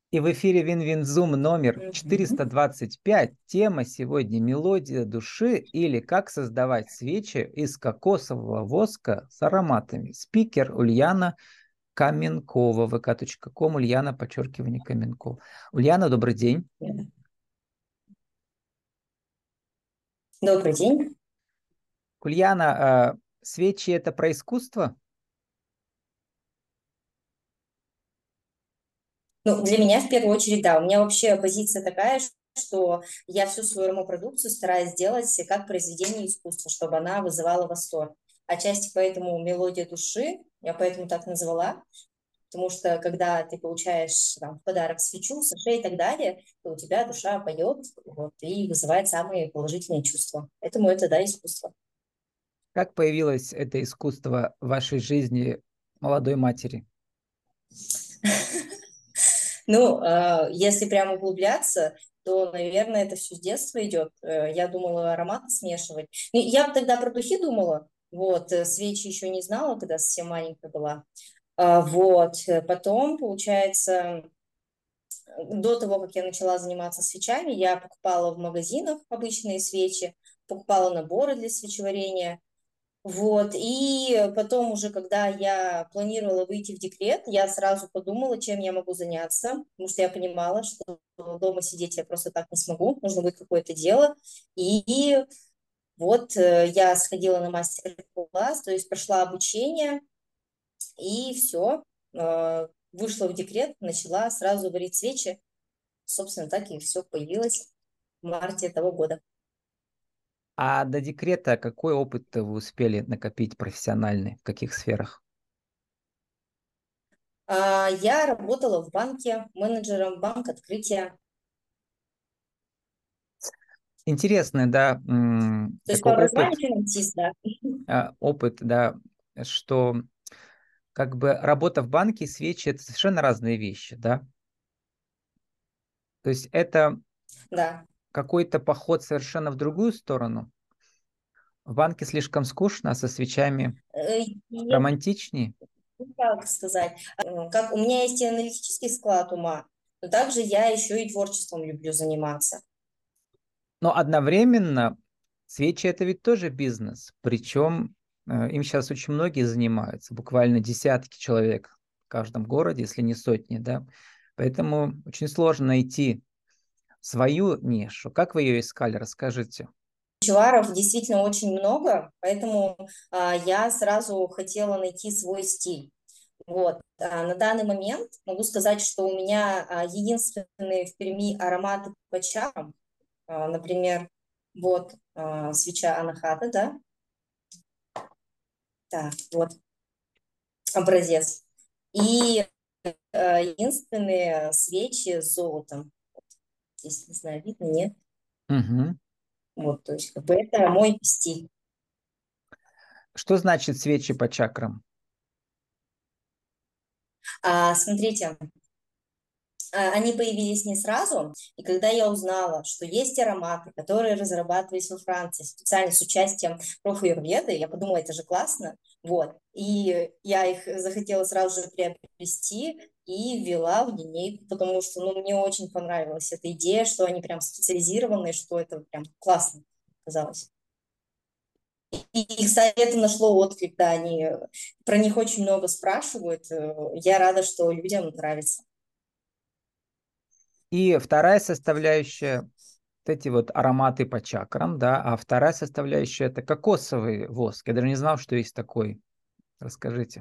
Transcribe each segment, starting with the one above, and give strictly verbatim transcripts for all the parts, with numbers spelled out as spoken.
И в эфире Винвинзум номер Мгм. четыреста двадцать пять. Тема сегодня — мелодия души или как создавать свечи из кокосового воска с ароматами. Спикер Ульяна Каменкова, вэ ка точка ком, Ульяна, подчеркивание, Каменкова. Ульяна, добрый день. Добрый день. Ульяна, а, свечи — это про искусство? Ну, для меня в первую очередь, да. У меня вообще позиция такая, что я всю свою РОМ-продукцию стараюсь сделать как произведение искусства, чтобы она вызывала восторг. Отчасти поэтому мелодия души, я поэтому так назвала, потому что когда ты получаешь там, в подарок свечу, саше и так далее, то у тебя душа поет вот, и вызывает самые положительные чувства. Поэтому это, да, искусство. Как появилось это искусство в вашей жизни молодой матери? Ну, э, если прям углубляться, то, наверное, это все с детства идет. Э, Я думала ароматы смешивать. Ну, я бы тогда про духи думала. Вот, э, свечи еще не знала, когда совсем маленькая была. А, Вот, э, потом, получается, до того, как я начала заниматься свечами, я покупала в магазинах обычные свечи, покупала наборы для свечеварения. Вот, и потом уже, когда я планировала выйти в декрет, я сразу подумала, чем я могу заняться, потому что я понимала, что дома сидеть я просто так не смогу, нужно будет какое-то дело. И вот э, я сходила на мастер-класс, то есть прошла обучение, и все, вышла в декрет, начала сразу варить свечи. Собственно, так и все появилось в марте этого года. А до декрета какой опыт вы успели накопить профессиональный? В каких сферах? А, Я работала в банке менеджером банк открытия. Интересный, да, м, То есть такой по образованию опыт, финансист, да. а, опыт, да, что как бы работа в банке и свечи — это совершенно разные вещи, да. То есть это Да. какой-то поход совершенно в другую сторону. В банке слишком скучно, а со свечами Э, Я, романтичнее. ну, как сказать, э, как у меня есть и аналитический склад ума, но также я еще и творчеством люблю заниматься. Но одновременно свечи — это ведь тоже бизнес. Причем э, им сейчас очень многие занимаются, буквально десятки человек в каждом городе, если не сотни, да. Поэтому очень сложно найти свою нишу. Как вы ее искали, расскажите. Чеваров действительно очень много, поэтому а, я сразу хотела найти свой стиль. Вот. А на данный момент могу сказать, что у меня а, единственные в Перми ароматы по чарам, а, например, вот а, свеча Анахата, да, так, вот образец. И а, единственные свечи с золотом. Здесь, не знаю, видно, нет? Мгм. Вот, то есть, как бы это мой стиль. Что значит свечи по чакрам? А, смотрите, а, они появились не сразу, и когда я узнала, что есть ароматы, которые разрабатывались во Франции специально с участием профаюрведы, я подумала, это же классно, вот, и я их захотела сразу же приобрести и ввела в линейку, потому что, ну, мне очень понравилась эта идея, что они прям специализированные, что это прям классно казалось. И, и, кстати, это нашло отклик, да, они про них очень много спрашивают, э, я рада, что людям нравится. И вторая составляющая — вот эти вот ароматы по чакрам, да, а вторая составляющая — это кокосовый воск. Я даже не знал, что есть такой. Расскажите.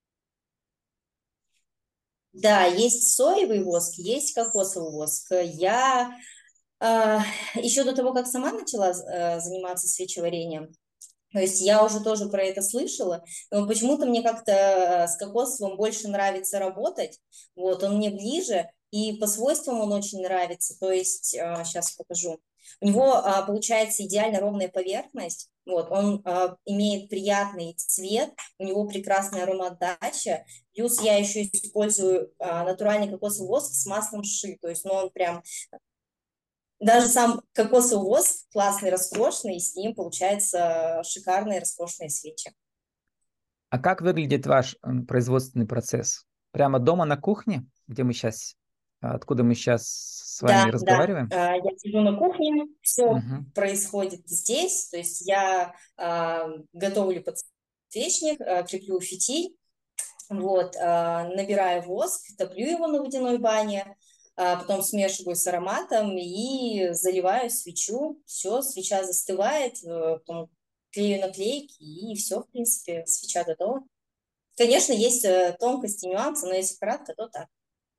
Да, есть соевый воск, есть кокосовый воск. Я а, еще до того, как сама начала а, заниматься свечеварением, то есть я уже тоже про это слышала, но почему-то мне как-то а, с кокосовым больше нравится работать. Вот, он мне ближе, и по свойствам он очень нравится. То есть, а, сейчас покажу. У него а, получается идеально ровная поверхность. Вот, он а, имеет приятный цвет, у него прекрасная ароматдача. Плюс я еще использую а, натуральный кокосовый воск с маслом ши. То есть, ну, он прям даже сам кокосовый воск классный, роскошный, и с ним получается шикарные, роскошные свечи. А как выглядит ваш м, производственный процесс? Прямо дома на кухне, где мы сейчас? откуда мы сейчас с Да, вами да, разговариваем? а, я сижу на кухне, все Мгм. происходит здесь, то есть я а, готовлю подсвечник, а, креплю фитиль, вот, а, набираю воск, топлю его на водяной бане, а, потом смешиваю с ароматом и заливаю свечу, все, свеча застывает, э, потом клею наклейки и все, в принципе, свеча готова. Конечно, есть э, тонкости, нюансы, но если кратко, то так.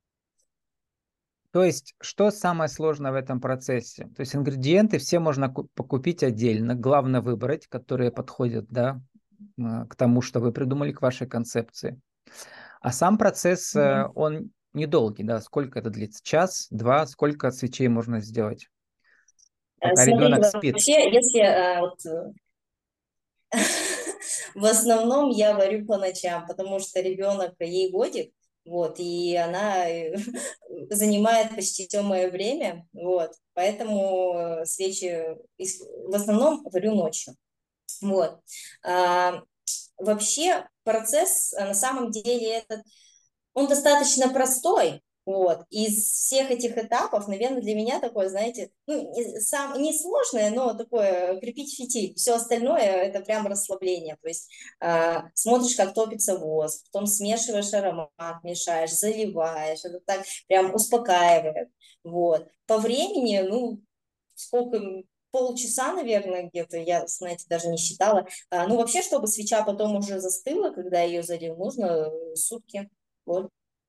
То есть, что самое сложное в этом процессе? То есть ингредиенты все можно ку- покупить отдельно. Главное выбрать, которые подходят, да, м, к тому, что вы придумали, к вашей концепции. А сам процесс, э, Мгм. он недолгий, да? Сколько это длится? Час, два? Сколько свечей можно сделать, Э, пока Смотрите, ребенок спит? вообще, если э, вот, в основном я варю по ночам, потому что ребенок, ей годик, вот, и она э, занимает почти все мое время, вот, поэтому э, свечи из- в основном варю ночью, вот. А, вообще процесс э, на самом деле этот он достаточно простой, вот. Из всех этих этапов, наверное, для меня такое, знаете, ну, не, сам, не сложное, но такое крепить фитиль. Все остальное– это прям расслабление. То есть э, смотришь, как топится воск, потом смешиваешь аромат, мешаешь, заливаешь. Это так прям успокаивает. Вот. По времени, ну, сколько, полчаса, наверное, где-то, я, знаете, даже не считала. А, ну, вообще, чтобы свеча потом уже застыла, когда ее залил, нужно э, сутки. Вот.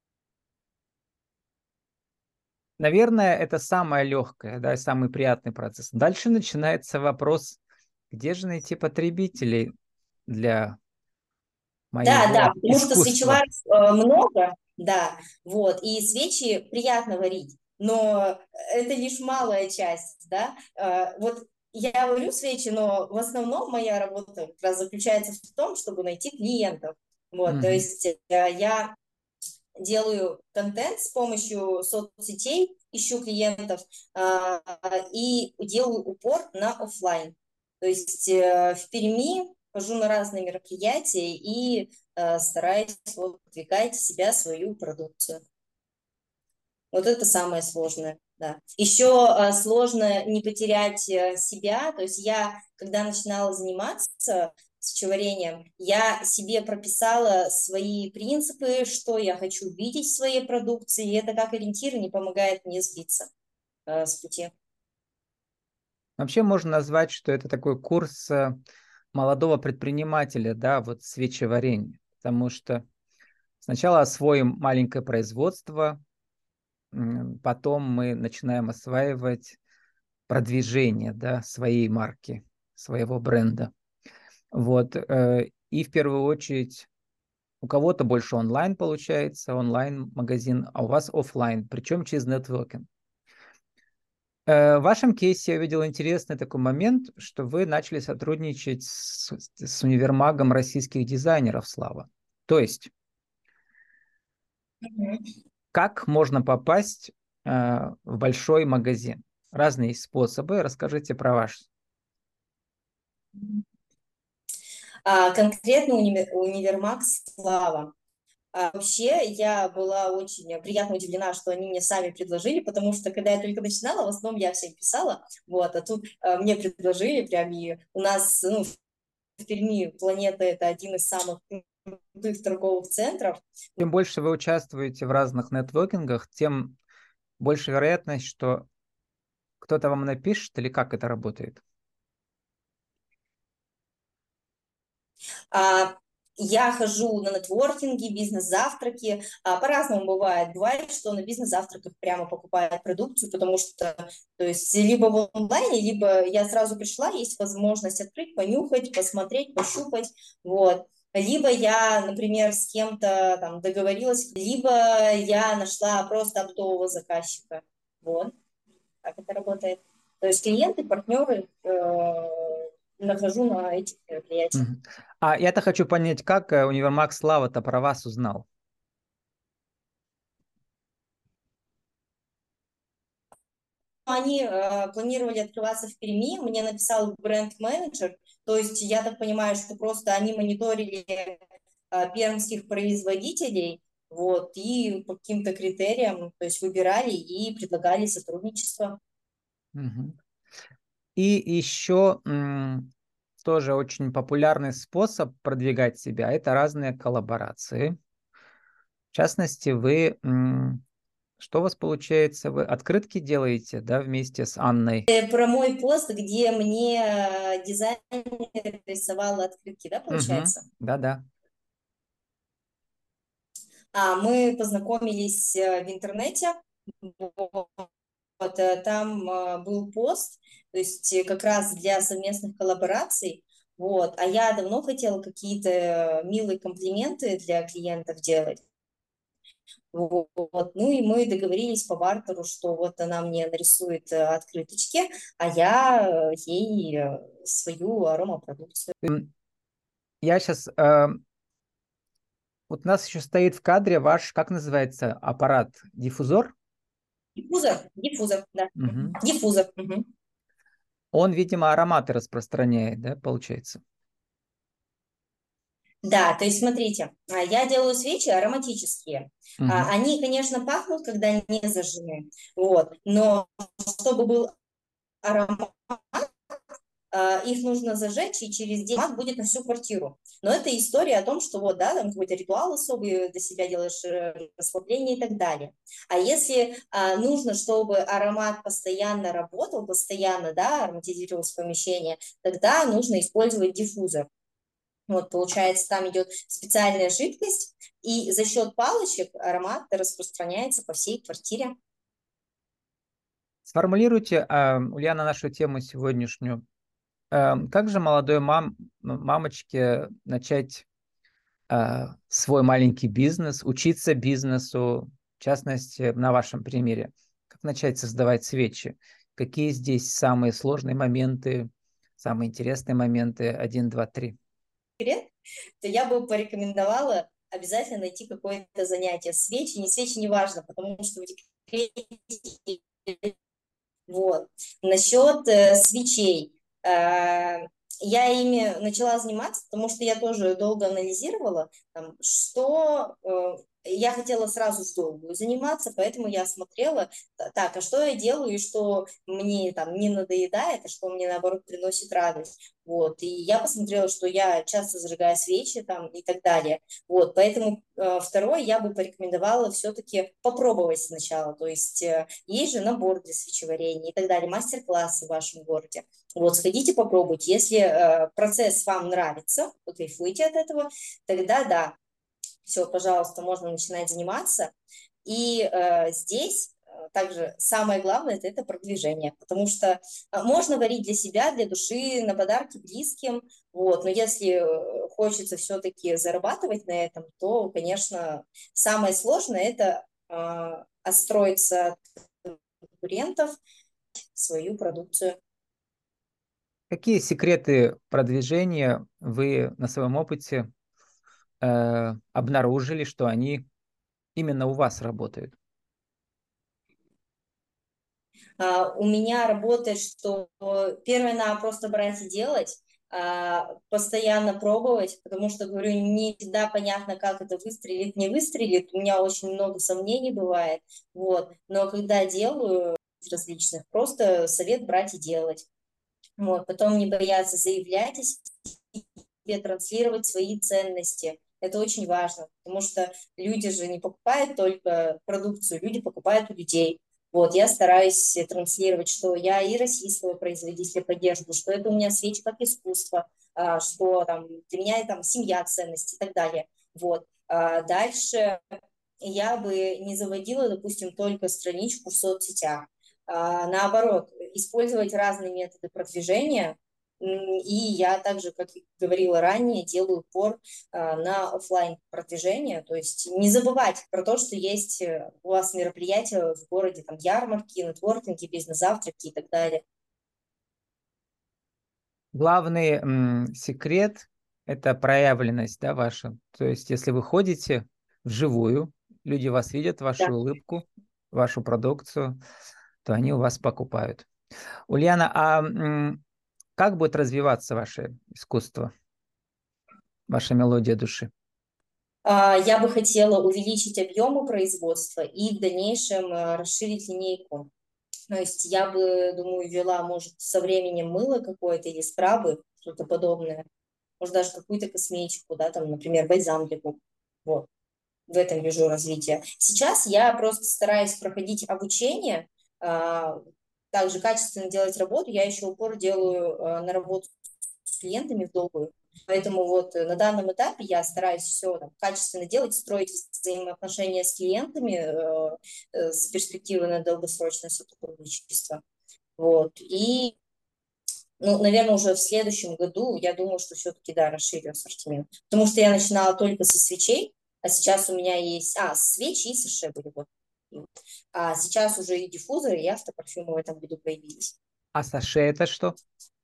Наверное, это самое легкое, да, и самый приятный процесс. Дальше начинается вопрос, где же найти потребителей для Да, да, моего потому что искусства? свечеваров э, много, да, вот, и свечи приятно варить, но это лишь малая часть, да. Э, вот я варю свечи, но в основном моя работа как раз заключается в том, чтобы найти клиентов. Вот, то Мгм. есть э, я делаю контент с помощью соцсетей, ищу клиентов а, и делаю упор на оффлайн. То есть э, в Перми хожу на разные мероприятия и э, стараюсь вот, продвигать себя, свою продукцию. Вот это самое сложное, да. Еще э, сложно не потерять э, себя. То есть я, когда начинала заниматься пищеварением, я себе прописала свои принципы, что я хочу видеть в своей продукции, и это как ориентир не помогает мне сбиться э, с пути. Вообще можно назвать, что это такой курс э, молодого предпринимателя, да, вот свечеварение, потому что сначала освоим маленькое производство, м, потом мы начинаем осваивать продвижение, да, своей марки, своего бренда. Вот. э, И в первую очередь у кого-то больше онлайн получается, онлайн-магазин, а у вас оффлайн, причем через нетворкинг. Э, В вашем кейсе я видел интересный такой момент, что вы начали сотрудничать с, с универмагом российских дизайнеров, Слава. То есть, как можно попасть э, в большой магазин? Разные есть способы. Расскажите про ваш. А, конкретно уни- универмаг «Слава». А вообще, я была очень приятно удивлена, что они мне сами предложили, потому что, когда я только начинала, в основном я всем писала, вот, а тут а, мне предложили прям, и у нас, ну, в Перми планета– это один из самых крутых торговых центров. Чем больше вы участвуете в разных нетворкингах, тем больше вероятность, что кто-то вам напишет, или как это работает? А, я хожу на нетворкинги, бизнес-завтраки. А, по-разному бывает. Бывает, что на бизнес-завтраках прямо покупают продукцию, потому что, то есть, либо в онлайне, либо я сразу пришла, есть возможность открыть, понюхать, посмотреть, пощупать, вот. Либо я, например, с кем-то там договорилась, либо я нашла просто оптового заказчика. Вот, как это работает. То есть клиенты, партнеры э, нахожу на этих мероприятиях. Мгм. А я-то хочу понять, как э, универмаг Слава-то про вас узнал? Они э, планировали открываться в Перми, мне написал бренд-менеджер, то есть я так понимаю, что просто они мониторили э, пермских производителей, вот, и по каким-то критериям, то есть выбирали и предлагали сотрудничество. Мгм. И еще м, тоже очень популярный способ продвигать себя – это разные коллаборации. В частности, вы, м, что у вас получается? Вы открытки делаете, да, вместе с Анной? Э, Про мой пост, где мне э, дизайнер рисовал открытки, да, Угу. получается? Да-да. А, мы познакомились э, в интернете, вот, э, там э, был пост, то есть э, как раз для совместных коллабораций, вот, а я давно хотела какие-то э, милые комплименты для клиентов делать, вот, ну и мы договорились по бартеру, что вот она мне нарисует э, открыточки, а я э, ей э, свою аромапродукцию. М, Я сейчас, вот у нас еще стоит в кадре ваш, как называется, аппарат, диффузор. Диффузор, диффузор, да, мгм. Мгм. Диффузор. Мгм. Он, видимо, ароматы распространяет, да, получается? Да, то есть смотрите, а, я делаю свечи ароматические. А, Мгм. Они, конечно, пахнут, когда не зажжены, вот, но чтобы был аромат, а, их нужно зажечь, и через день аромат будет на всю квартиру. Но это история о том, что вот, да, там какой-то ритуал особый для себя делаешь, э, расслабление и так далее. А если а, нужно, чтобы аромат постоянно работал, постоянно, да, ароматизировалось помещение, тогда нужно использовать диффузор. Вот, получается, там идет специальная жидкость, и за счет палочек аромат распространяется по всей квартире. Сформулируйте, а, Ульяна, нашу тему сегодняшнюю. Эм, Как же молодой мам, м- мамочке начать а, свой маленький бизнес, учиться бизнесу, в частности, на вашем примере? Как начать создавать свечи? Какие здесь самые сложные моменты, самые интересные моменты? Один, два, три. Секрет, то я бы порекомендовала обязательно найти какое-то занятие. Свечи, не свечи, неважно, потому что в декрете. Вот. Насчет э, свечей. Э, я ими начала заниматься, потому что я тоже долго анализировала, там, что э, я хотела сразу в долгую заниматься, поэтому я смотрела, та- так, а что я делаю и что мне там не надоедает, а что мне наоборот приносит радость. Вот. И я посмотрела, что я часто зажигаю свечи там и так далее. Вот. Поэтому э, второе я бы порекомендовала все-таки попробовать сначала. То есть э, есть же набор для свечеварения и так далее, мастер-классы в вашем городе. Вот, сходите, попробуйте. Если э, процесс вам нравится, вы кайфуете от этого, тогда да, все, пожалуйста, можно начинать заниматься. И э, здесь э, также самое главное это, это продвижение, потому что э, можно варить для себя, для души, на подарки близким, вот, но если э, хочется все-таки зарабатывать на этом, то, конечно, самое сложное это э, отстроиться от конкурентов, свою продукцию. Какие секреты продвижения вы на своем опыте э, обнаружили, что они именно у вас работают? А, У меня работает, что первое надо просто брать и делать, а, постоянно пробовать, потому что, говорю, не всегда понятно, как это выстрелит, не выстрелит. У меня очень много сомнений бывает, вот. Но когда делаю различных, просто совет брать и делать. Вот. Потом не бояться заявлять о себе, транслировать свои ценности. Это очень важно, потому что люди же не покупают только продукцию, люди покупают у людей. Вот, я стараюсь транслировать, что я и российского производителя поддерживаю, что это у меня свечи как искусство, а, что там для меня там семья ценность и так далее. Вот. А дальше я бы не заводила, допустим, только страничку в соцсетях. А, наоборот, использовать разные методы продвижения. И я также, как и говорила ранее, делаю упор а, на офлайн продвижение, то есть не забывать про то, что есть э, у вас мероприятия в городе, там ярмарки, нетворкинги, бизнес-завтраки и так далее. Главный м, секрет – это проявленность, да, ваша. То есть, если вы ходите вживую, люди вас видят, Да. вашу улыбку, вашу продукцию, то они у вас покупают. Ульяна, а м, как будет развиваться ваше искусство, ваша мелодия души? А, Я бы хотела увеличить объемы производства и в дальнейшем э, расширить линейку. То есть я бы, думаю, ввела, может, со временем мыло какое-то или скрабы, что-то подобное. Может, даже какую-то косметику, да, там, например, бальзам для губ. Вот, в этом вижу развитие. Сейчас я просто стараюсь проходить обучение, а, также качественно делать работу. Я еще упор делаю а, на работу с клиентами в долгую. Поэтому вот э, на данном этапе я стараюсь все там, качественно делать, строить взаимоотношения с клиентами э, э, с перспективой на долгосрочное сотрудничество. Вот. И, ну, наверное, уже в следующем году я думаю, что все-таки, да, расширю ассортимент. Потому что я начинала только со свечей, а сейчас у меня есть... А, свечи и саше были, вот. А сейчас уже и диффузоры, и автопарфюмы в этом году появились. А саше это что?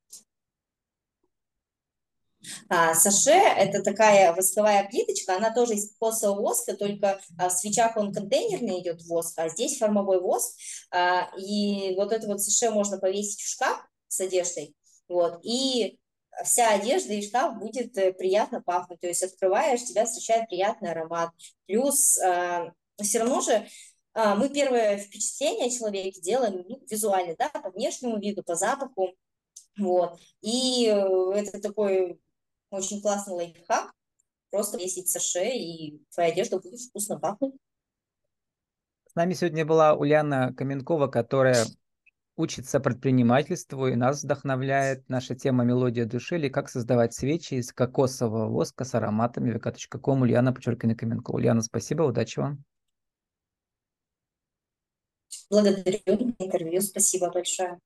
А, саше – это такая восковая плиточка, она тоже из кокосового воска, только а, в свечах он контейнерный идет воск, а здесь формовой воск. А, и вот это вот саше можно повесить в шкаф с одеждой, вот, и вся одежда и шкаф будет э, приятно пахнуть, то есть открываешь, тебя встречает приятный аромат. Плюс а, все равно же а, мы первое впечатление о человеке делаем ну, визуально, да, по внешнему виду, по запаху, вот. И э, это такой очень классный лайфхак. Просто весить саше, и твоя одежда будет вкусно пахнуть. С нами сегодня была Ульяна Каменкова, которая учится предпринимательству, и нас вдохновляет наша тема «Мелодия души» или «Как создавать свечи из кокосового воска с ароматами» вэ ка точка ком. Ульяна, подчеркивание, Каменкова. Ульяна, спасибо, удачи вам. Благодарю за интервью. Спасибо большое.